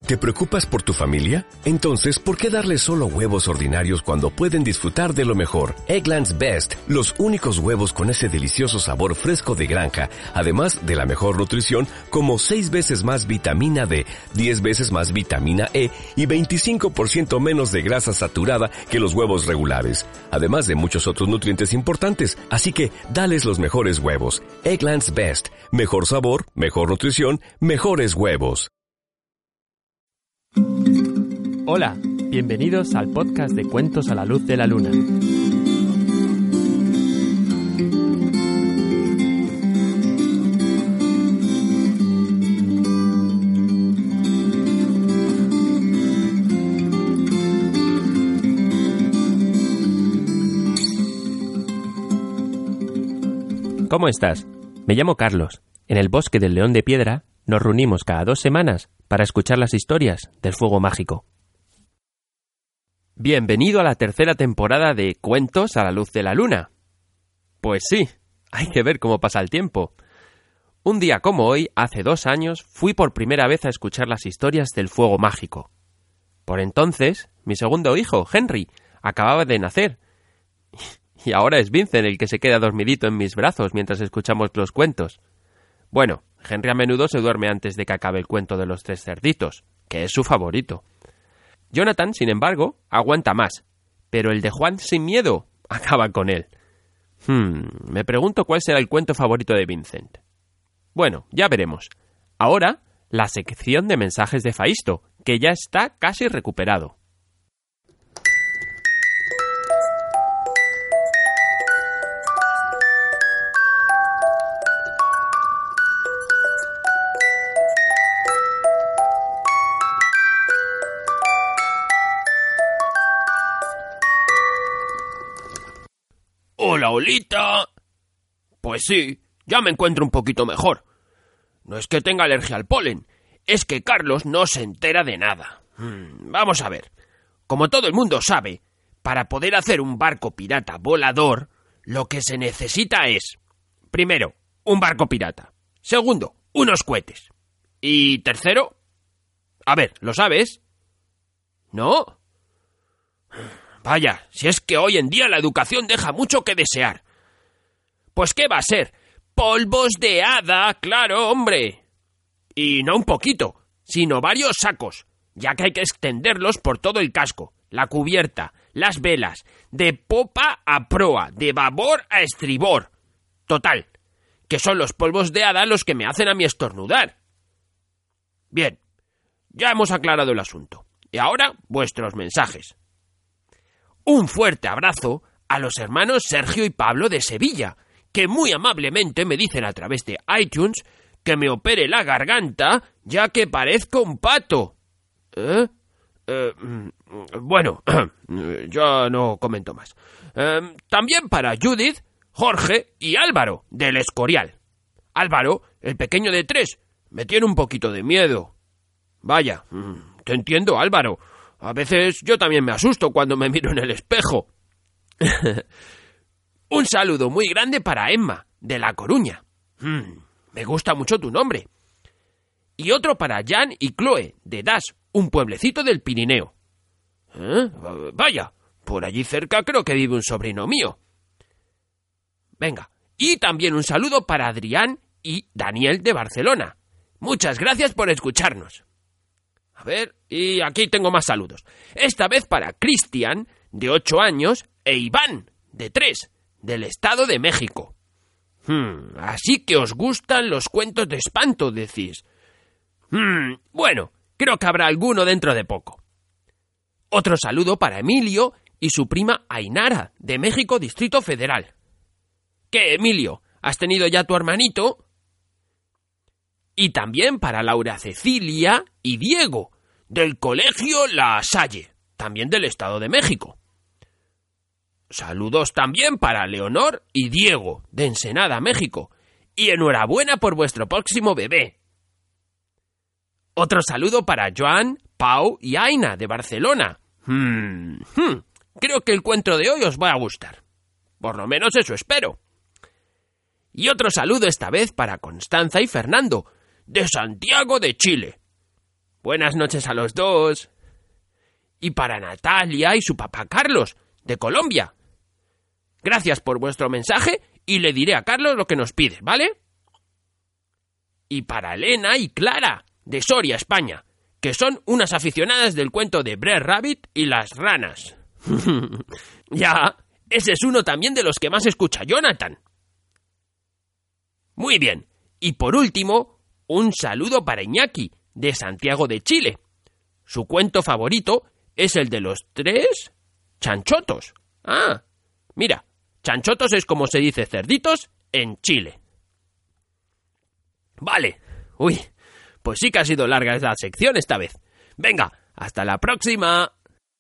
¿Te preocupas por tu familia? Entonces, ¿por qué darles solo huevos ordinarios cuando pueden disfrutar de lo mejor? Eggland's Best, los únicos huevos con ese delicioso sabor fresco de granja, además de la mejor nutrición, como 6 veces más vitamina D, 10 veces más vitamina E y 25% menos de grasa saturada que los huevos regulares, además de muchos otros nutrientes importantes. Así que, dales los mejores huevos. Eggland's Best, mejor sabor, mejor nutrición, mejores huevos. Hola, bienvenidos al podcast de Cuentos a la Luz de la Luna. ¿Cómo estás? Me llamo Carlos. En el bosque del León de Piedra nos reunimos cada 2 semanas para escuchar las historias del fuego mágico. Bienvenido a la 3ª temporada de Cuentos a la Luz de la Luna. Pues sí, hay que ver cómo pasa el tiempo. Un día como hoy, hace 2 años, fui por primera vez a escuchar las historias del fuego mágico. Por entonces, mi segundo hijo, Henry, acababa de nacer. Y ahora es Vincent el que se queda dormidito en mis brazos mientras escuchamos los cuentos. Bueno, Henry a menudo se duerme antes de que acabe el cuento de los 3 cerditos, que es su favorito. Jonathan, sin embargo, aguanta más, pero el de Juan sin miedo acaba con él. Me pregunto cuál será el cuento favorito de Vincent. Bueno, ya veremos. Ahora, la sección de mensajes de Faisto, que ya está casi recuperado. ¡Hola, Olita! Pues sí, ya me encuentro un poquito mejor. No es que tenga alergia al polen, es que Carlos no se entera de nada. Vamos a ver. Como todo el mundo sabe, para poder hacer un barco pirata volador, lo que se necesita es, primero, un barco pirata. Segundo, unos cohetes. Y tercero, a ver, ¿lo sabes? ¿No? Vaya, si es que hoy en día la educación deja mucho que desear. Pues ¿qué va a ser? Polvos de hada, claro, hombre. Y no un poquito, sino varios sacos, ya que hay que extenderlos por todo el casco, la cubierta, las velas, de popa a proa, de babor a estribor. Total, que son los polvos de hada los que me hacen a mí estornudar. Bien, ya hemos aclarado el asunto. Y ahora, vuestros mensajes. Un fuerte abrazo a los hermanos Sergio y Pablo de Sevilla, que muy amablemente me dicen a través de iTunes que me opere la garganta ya que parezco un pato. Bueno, yo no comento más. También para Judith, Jorge y Álvaro, del Escorial. Álvaro, el pequeño de 3, me tiene un poquito de miedo. Vaya, te entiendo, Álvaro. A veces yo también me asusto cuando me miro en el espejo. Un saludo muy grande para Emma, de La Coruña. Me gusta mucho tu nombre. Y otro para Jan y Chloe, de Das, un pueblecito del Pirineo. Vaya, por allí cerca creo que vive un sobrino mío. Venga, y también un saludo para Adrián y Daniel de Barcelona. Muchas gracias por escucharnos. A ver, y aquí tengo más saludos. Esta vez para Cristian, de 8 años, e Iván, de 3, del Estado de México. Así que os gustan los cuentos de espanto, decís. Bueno, creo que habrá alguno dentro de poco. Otro saludo para Emilio y su prima Ainara, de México, Distrito Federal. ¿Qué, Emilio? ¿Has tenido ya tu hermanito? Y también para Laura Cecilia y Diego, del Colegio La Salle, también del Estado de México. Saludos también para Leonor y Diego, de Ensenada, México. Y enhorabuena por vuestro próximo bebé. Otro saludo para Joan, Pau y Aina, de Barcelona. Creo que el cuento de hoy os va a gustar. Por lo menos eso espero. Y otro saludo esta vez para Constanza y Fernando, de Santiago de Chile. Buenas noches a los dos. Y para Natalia y su papá Carlos, de Colombia. Gracias por vuestro mensaje y le diré a Carlos lo que nos pide, ¿vale? Y para Elena y Clara, de Soria, España, que son unas aficionadas del cuento de Brer Rabbit y las ranas. Ya, ese es uno también de los que más escucha Jonathan. Muy bien, y por último, un saludo para Iñaki, de Santiago de Chile. Su cuento favorito es el de los 3 chanchotos. Ah, mira, chanchotos es como se dice cerditos en Chile. Vale. Uy, pues sí que ha sido larga esta sección esta vez. Venga, hasta la próxima.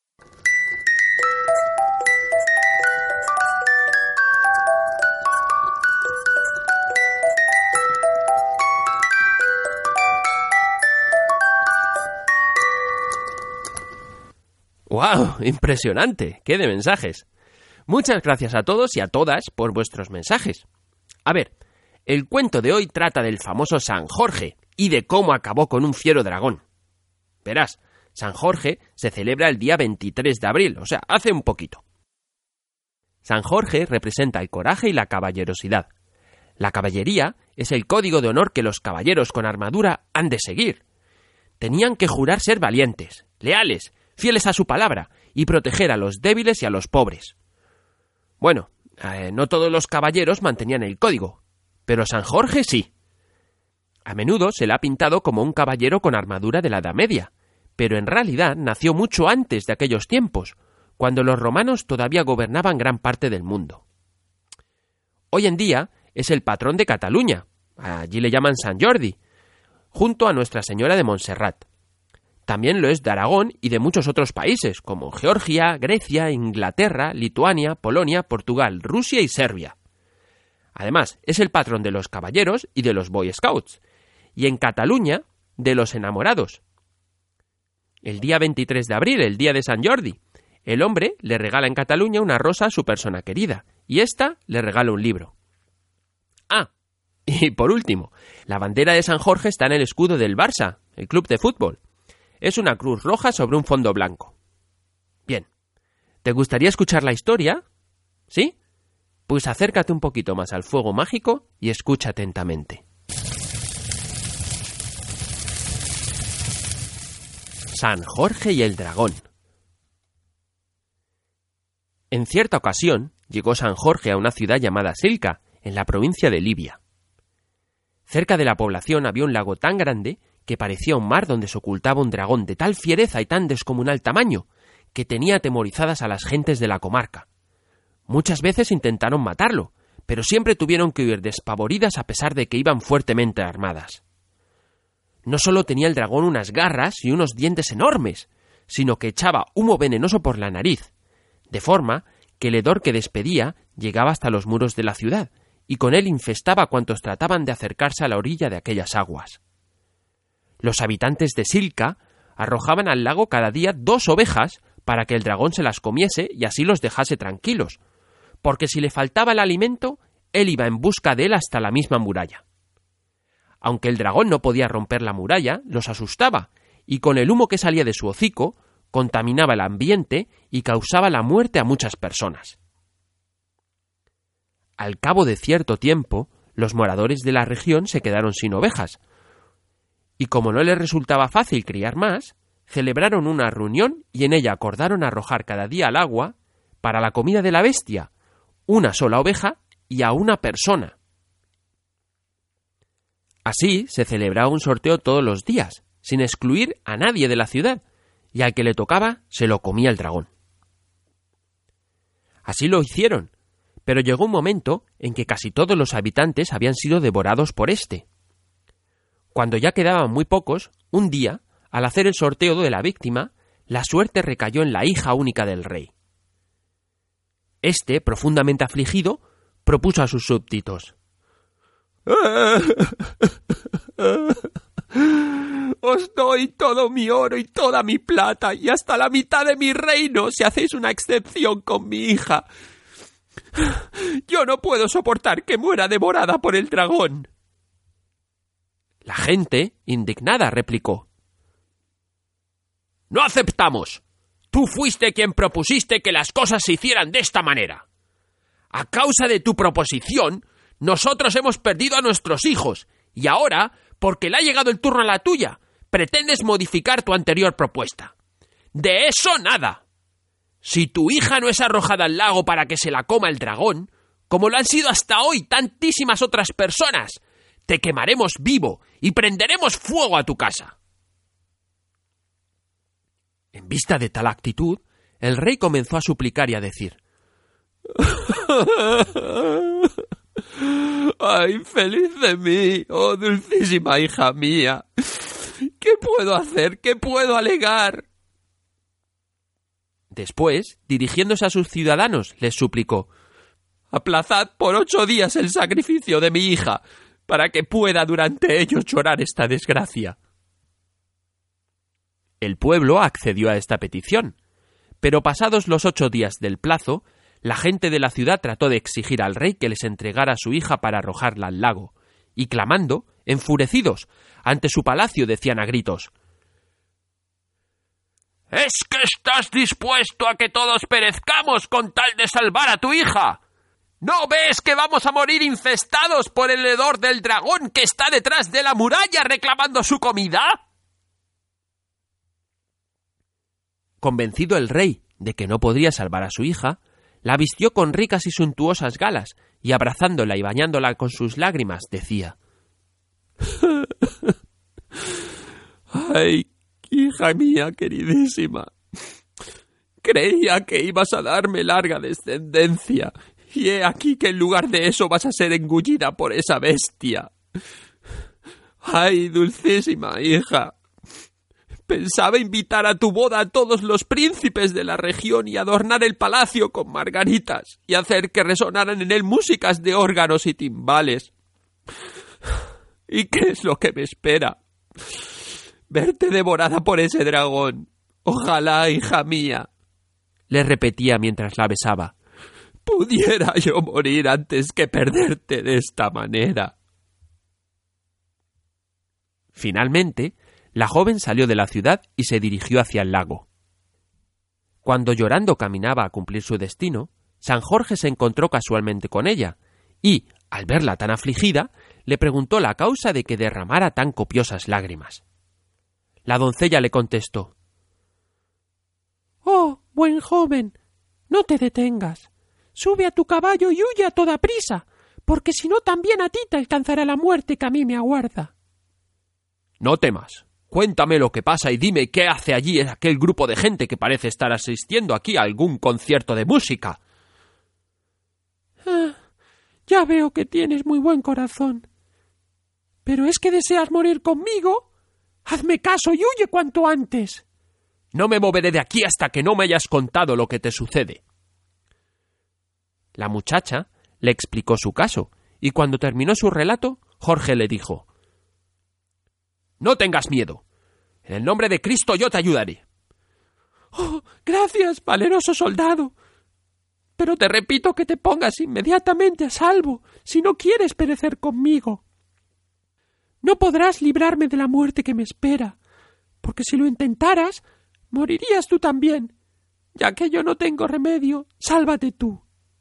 ¡Wow! Impresionante. ¡Qué de mensajes! Muchas gracias a todos y a todas por vuestros mensajes. A ver, el cuento de hoy trata del famoso San Jorge y de cómo acabó con un fiero dragón. Verás, San Jorge se celebra el día 23 de abril, o sea, hace un poquito. San Jorge representa el coraje y la caballerosidad. La caballería es el código de honor que los caballeros con armadura han de seguir. Tenían que jurar ser valientes, leales, fieles a su palabra y proteger a los débiles y a los pobres. Bueno, no todos los caballeros mantenían el código, pero San Jorge sí. A menudo se le ha pintado como un caballero con armadura de la Edad Media, pero en realidad nació mucho antes de aquellos tiempos, cuando los romanos todavía gobernaban gran parte del mundo. Hoy en día es el patrón de Cataluña, allí le llaman San Jordi, junto a Nuestra Señora de Montserrat. También lo es de Aragón y de muchos otros países, como Georgia, Grecia, Inglaterra, Lituania, Polonia, Portugal, Rusia y Serbia. Además, es el patrón de los caballeros y de los Boy Scouts, y en Cataluña, de los enamorados. El día 23 de abril, el día de San Jordi, el hombre le regala en Cataluña una rosa a su persona querida, y ésta le regala un libro. Ah, y por último, la bandera de San Jorge está en el escudo del Barça, el club de fútbol. Es una cruz roja sobre un fondo blanco. Bien, ¿te gustaría escuchar la historia? ¿Sí? Pues acércate un poquito más al fuego mágico y escucha atentamente. San Jorge y el dragón. En cierta ocasión llegó San Jorge a una ciudad llamada Silca, en la provincia de Libia. Cerca de la población había un lago tan grande que parecía un mar donde se ocultaba un dragón de tal fiereza y tan descomunal tamaño que tenía atemorizadas a las gentes de la comarca. Muchas veces intentaron matarlo, pero siempre tuvieron que huir despavoridas a pesar de que iban fuertemente armadas. No solo tenía el dragón unas garras y unos dientes enormes, sino que echaba humo venenoso por la nariz, de forma que el hedor que despedía llegaba hasta los muros de la ciudad, y con él infestaba a cuantos trataban de acercarse a la orilla de aquellas aguas. Los habitantes de Silca arrojaban al lago cada día 2 ovejas para que el dragón se las comiese y así los dejase tranquilos, porque si le faltaba el alimento, él iba en busca de él hasta la misma muralla. Aunque el dragón no podía romper la muralla, los asustaba, y con el humo que salía de su hocico, contaminaba el ambiente y causaba la muerte a muchas personas. Al cabo de cierto tiempo, los moradores de la región se quedaron sin ovejas, y como no les resultaba fácil criar más, celebraron una reunión y en ella acordaron arrojar cada día al agua, para la comida de la bestia, una sola oveja y a una persona. Así se celebraba un sorteo todos los días, sin excluir a nadie de la ciudad, y al que le tocaba se lo comía el dragón. Así lo hicieron, pero llegó un momento en que casi todos los habitantes habían sido devorados por éste. Cuando ya quedaban muy pocos, un día, al hacer el sorteo de la víctima, la suerte recayó en la hija única del rey. Este, profundamente afligido, propuso a sus súbditos: «Os doy todo mi oro y toda mi plata, y hasta la mitad de mi reino si hacéis una excepción con mi hija. Yo no puedo soportar que muera devorada por el dragón». La gente, indignada, replicó: No aceptamos. Tú fuiste quien propusiste que las cosas se hicieran de esta manera. A causa de tu proposición, nosotros hemos perdido a nuestros hijos, y ahora, porque le ha llegado el turno a la tuya, pretendes modificar tu anterior propuesta. ¡De eso nada! Si tu hija no es arrojada al lago para que se la coma el dragón, como lo han sido hasta hoy tantísimas otras personas, te quemaremos vivo y prenderemos fuego a tu casa. En vista de tal actitud, el rey comenzó a suplicar y a decir: ¡ay, feliz de mí, oh dulcísima hija mía! ¿Qué puedo hacer? ¿Qué puedo alegar? Después, dirigiéndose a sus ciudadanos, les suplicó: aplazad por 8 días el sacrificio de mi hija, para que pueda durante ellos llorar esta desgracia. El pueblo accedió a esta petición, pero pasados los 8 días del plazo, la gente de la ciudad trató de exigir al rey que les entregara a su hija para arrojarla al lago, y clamando, enfurecidos, ante su palacio decían a gritos: ¿es que estás dispuesto a que todos perezcamos con tal de salvar a tu hija? ¿No ves que vamos a morir infestados por el hedor del dragón que está detrás de la muralla reclamando su comida? Convencido el rey de que no podría salvar a su hija, la vistió con ricas y suntuosas galas, y abrazándola y bañándola con sus lágrimas, decía: ¡ay, hija mía queridísima! Creía que ibas a darme larga descendencia, y he aquí que en lugar de eso vas a ser engullida por esa bestia. ¡Ay, dulcísima hija! Pensaba invitar a tu boda a todos los príncipes de la región y adornar el palacio con margaritas y hacer que resonaran en él músicas de órganos y timbales. ¿Y qué es lo que me espera? Verte devorada por ese dragón. Ojalá, hija mía, le repetía mientras la besaba, pudiera yo morir antes que perderte de esta manera. Finalmente, la joven salió de la ciudad y se dirigió hacia el lago. Cuando llorando caminaba a cumplir su destino, San Jorge se encontró casualmente con ella y, al verla tan afligida, le preguntó la causa de que derramara tan copiosas lágrimas. La doncella le contestó: «Oh, buen joven, no te detengas. Sube a tu caballo y huye a toda prisa, porque si no también a ti te alcanzará la muerte que a mí me aguarda». «No temas. Cuéntame lo que pasa y dime qué hace allí aquel grupo de gente que parece estar asistiendo aquí a algún concierto de música». Ya veo que tienes muy buen corazón. ¿Pero es que deseas morir conmigo? Hazme caso y huye cuanto antes. No me moveré de aquí hasta que no me hayas contado lo que te sucede. La muchacha le explicó su caso, y cuando terminó su relato, Jorge le dijo: «No tengas miedo. En el nombre de Cristo yo te ayudaré». «Oh, gracias, valeroso soldado. Pero te repito que te pongas inmediatamente a salvo si no quieres perecer conmigo. No podrás librarme de la muerte que me espera, porque si lo intentaras, morirías tú también. Ya que yo no tengo remedio, sálvate tú».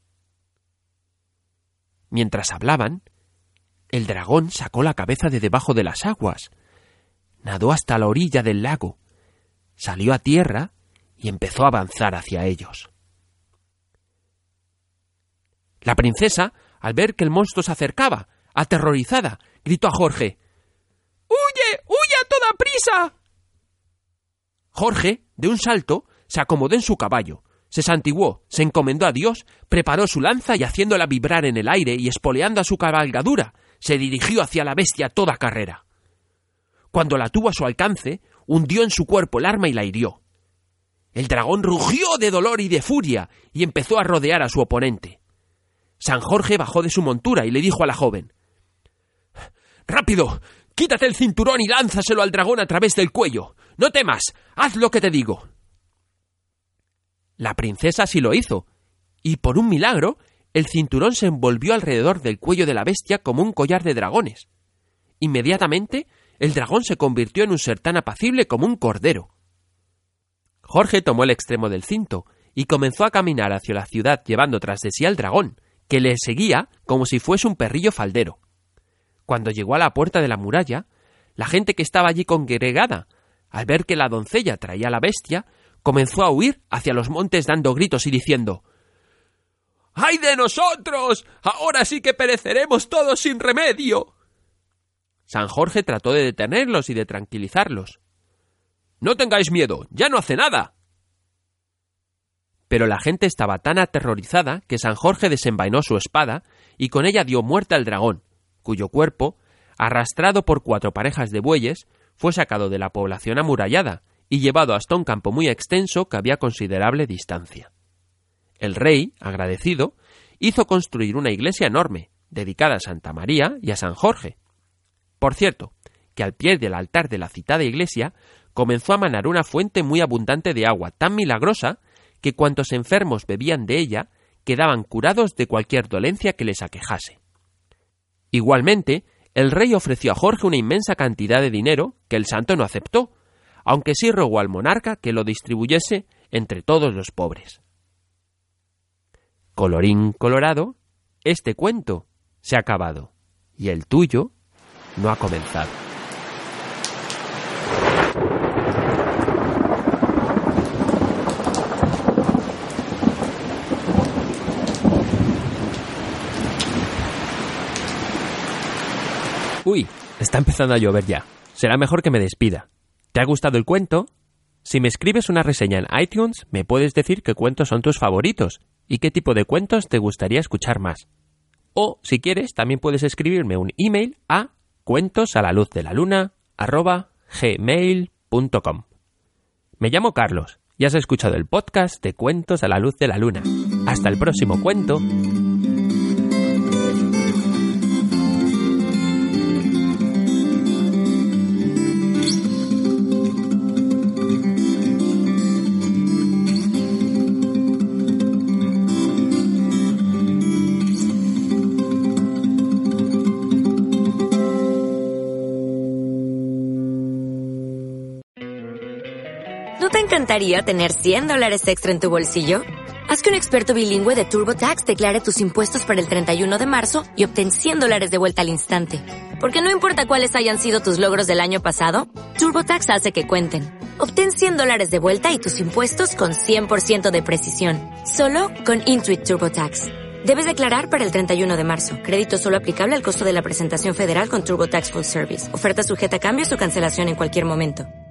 Mientras hablaban, el dragón sacó la cabeza de debajo de las aguas, nadó hasta la orilla del lago, salió a tierra y empezó a avanzar hacia ellos. La princesa, al ver que el monstruo se acercaba, aterrorizada, gritó a Jorge: «¡Huye! ¡Huye a toda prisa!». Jorge, de un salto, se acomodó en su caballo, se santiguó, se encomendó a Dios, preparó su lanza y haciéndola vibrar en el aire y espoleando a su cabalgadura, se dirigió hacia la bestia a toda carrera. Cuando la tuvo a su alcance, hundió en su cuerpo el arma y la hirió. El dragón rugió de dolor y de furia y empezó a rodear a su oponente. San Jorge bajó de su montura y le dijo a la joven: «¡Rápido! Quítate el cinturón y lánzaselo al dragón a través del cuello. No temas, haz lo que te digo». La princesa así lo hizo, y por un milagro, el cinturón se envolvió alrededor del cuello de la bestia como un collar de dragones. Inmediatamente, el dragón se convirtió en un ser tan apacible como un cordero. Jorge tomó el extremo del cinto y comenzó a caminar hacia la ciudad llevando tras de sí al dragón, que le seguía como si fuese un perrillo faldero. Cuando llegó a la puerta de la muralla, la gente que estaba allí congregada, al ver que la doncella traía a la bestia, comenzó a huir hacia los montes dando gritos y diciendo: ¡Ay de nosotros! ¡Ahora sí que pereceremos todos sin remedio! San Jorge trató de detenerlos y de tranquilizarlos. «No tengáis miedo, ya no hace nada». Pero la gente estaba tan aterrorizada que San Jorge desenvainó su espada y con ella dio muerte al dragón, cuyo cuerpo, arrastrado por 4 parejas de bueyes, fue sacado de la población amurallada y llevado hasta un campo muy extenso que había a considerable distancia. El rey, agradecido, hizo construir una iglesia enorme, dedicada a Santa María y a San Jorge. Por cierto, que al pie del altar de la citada iglesia comenzó a manar una fuente muy abundante de agua tan milagrosa que cuantos enfermos bebían de ella quedaban curados de cualquier dolencia que les aquejase. Igualmente, el rey ofreció a Jorge una inmensa cantidad de dinero que el santo no aceptó, aunque sí rogó al monarca que lo distribuyese entre todos los pobres. Colorín colorado, este cuento se ha acabado y el tuyo no ha comenzado. Uy, está empezando a llover ya. Será mejor que me despida. ¿Te ha gustado el cuento? Si me escribes una reseña en iTunes, me puedes decir qué cuentos son tus favoritos y qué tipo de cuentos te gustaría escuchar más. O, si quieres, también puedes escribirme un email a cuentosalaluzdelaluna@gmail.com. Me llamo Carlos y has escuchado el podcast de Cuentos a la Luz de la Luna. Hasta el próximo cuento. ¿No te encantaría tener $100 extra en tu bolsillo? Haz que un experto bilingüe de TurboTax declare tus impuestos para el 31 de marzo y obtén $100 de vuelta al instante. Porque no importa cuáles hayan sido tus logros del año pasado, TurboTax hace que cuenten. Obtén $100 de vuelta y tus impuestos con 100% de precisión. Solo con Intuit TurboTax. Debes declarar para el 31 de marzo. Crédito solo aplicable al costo de la presentación federal con TurboTax Full Service. Oferta sujeta a cambios o cancelación en cualquier momento.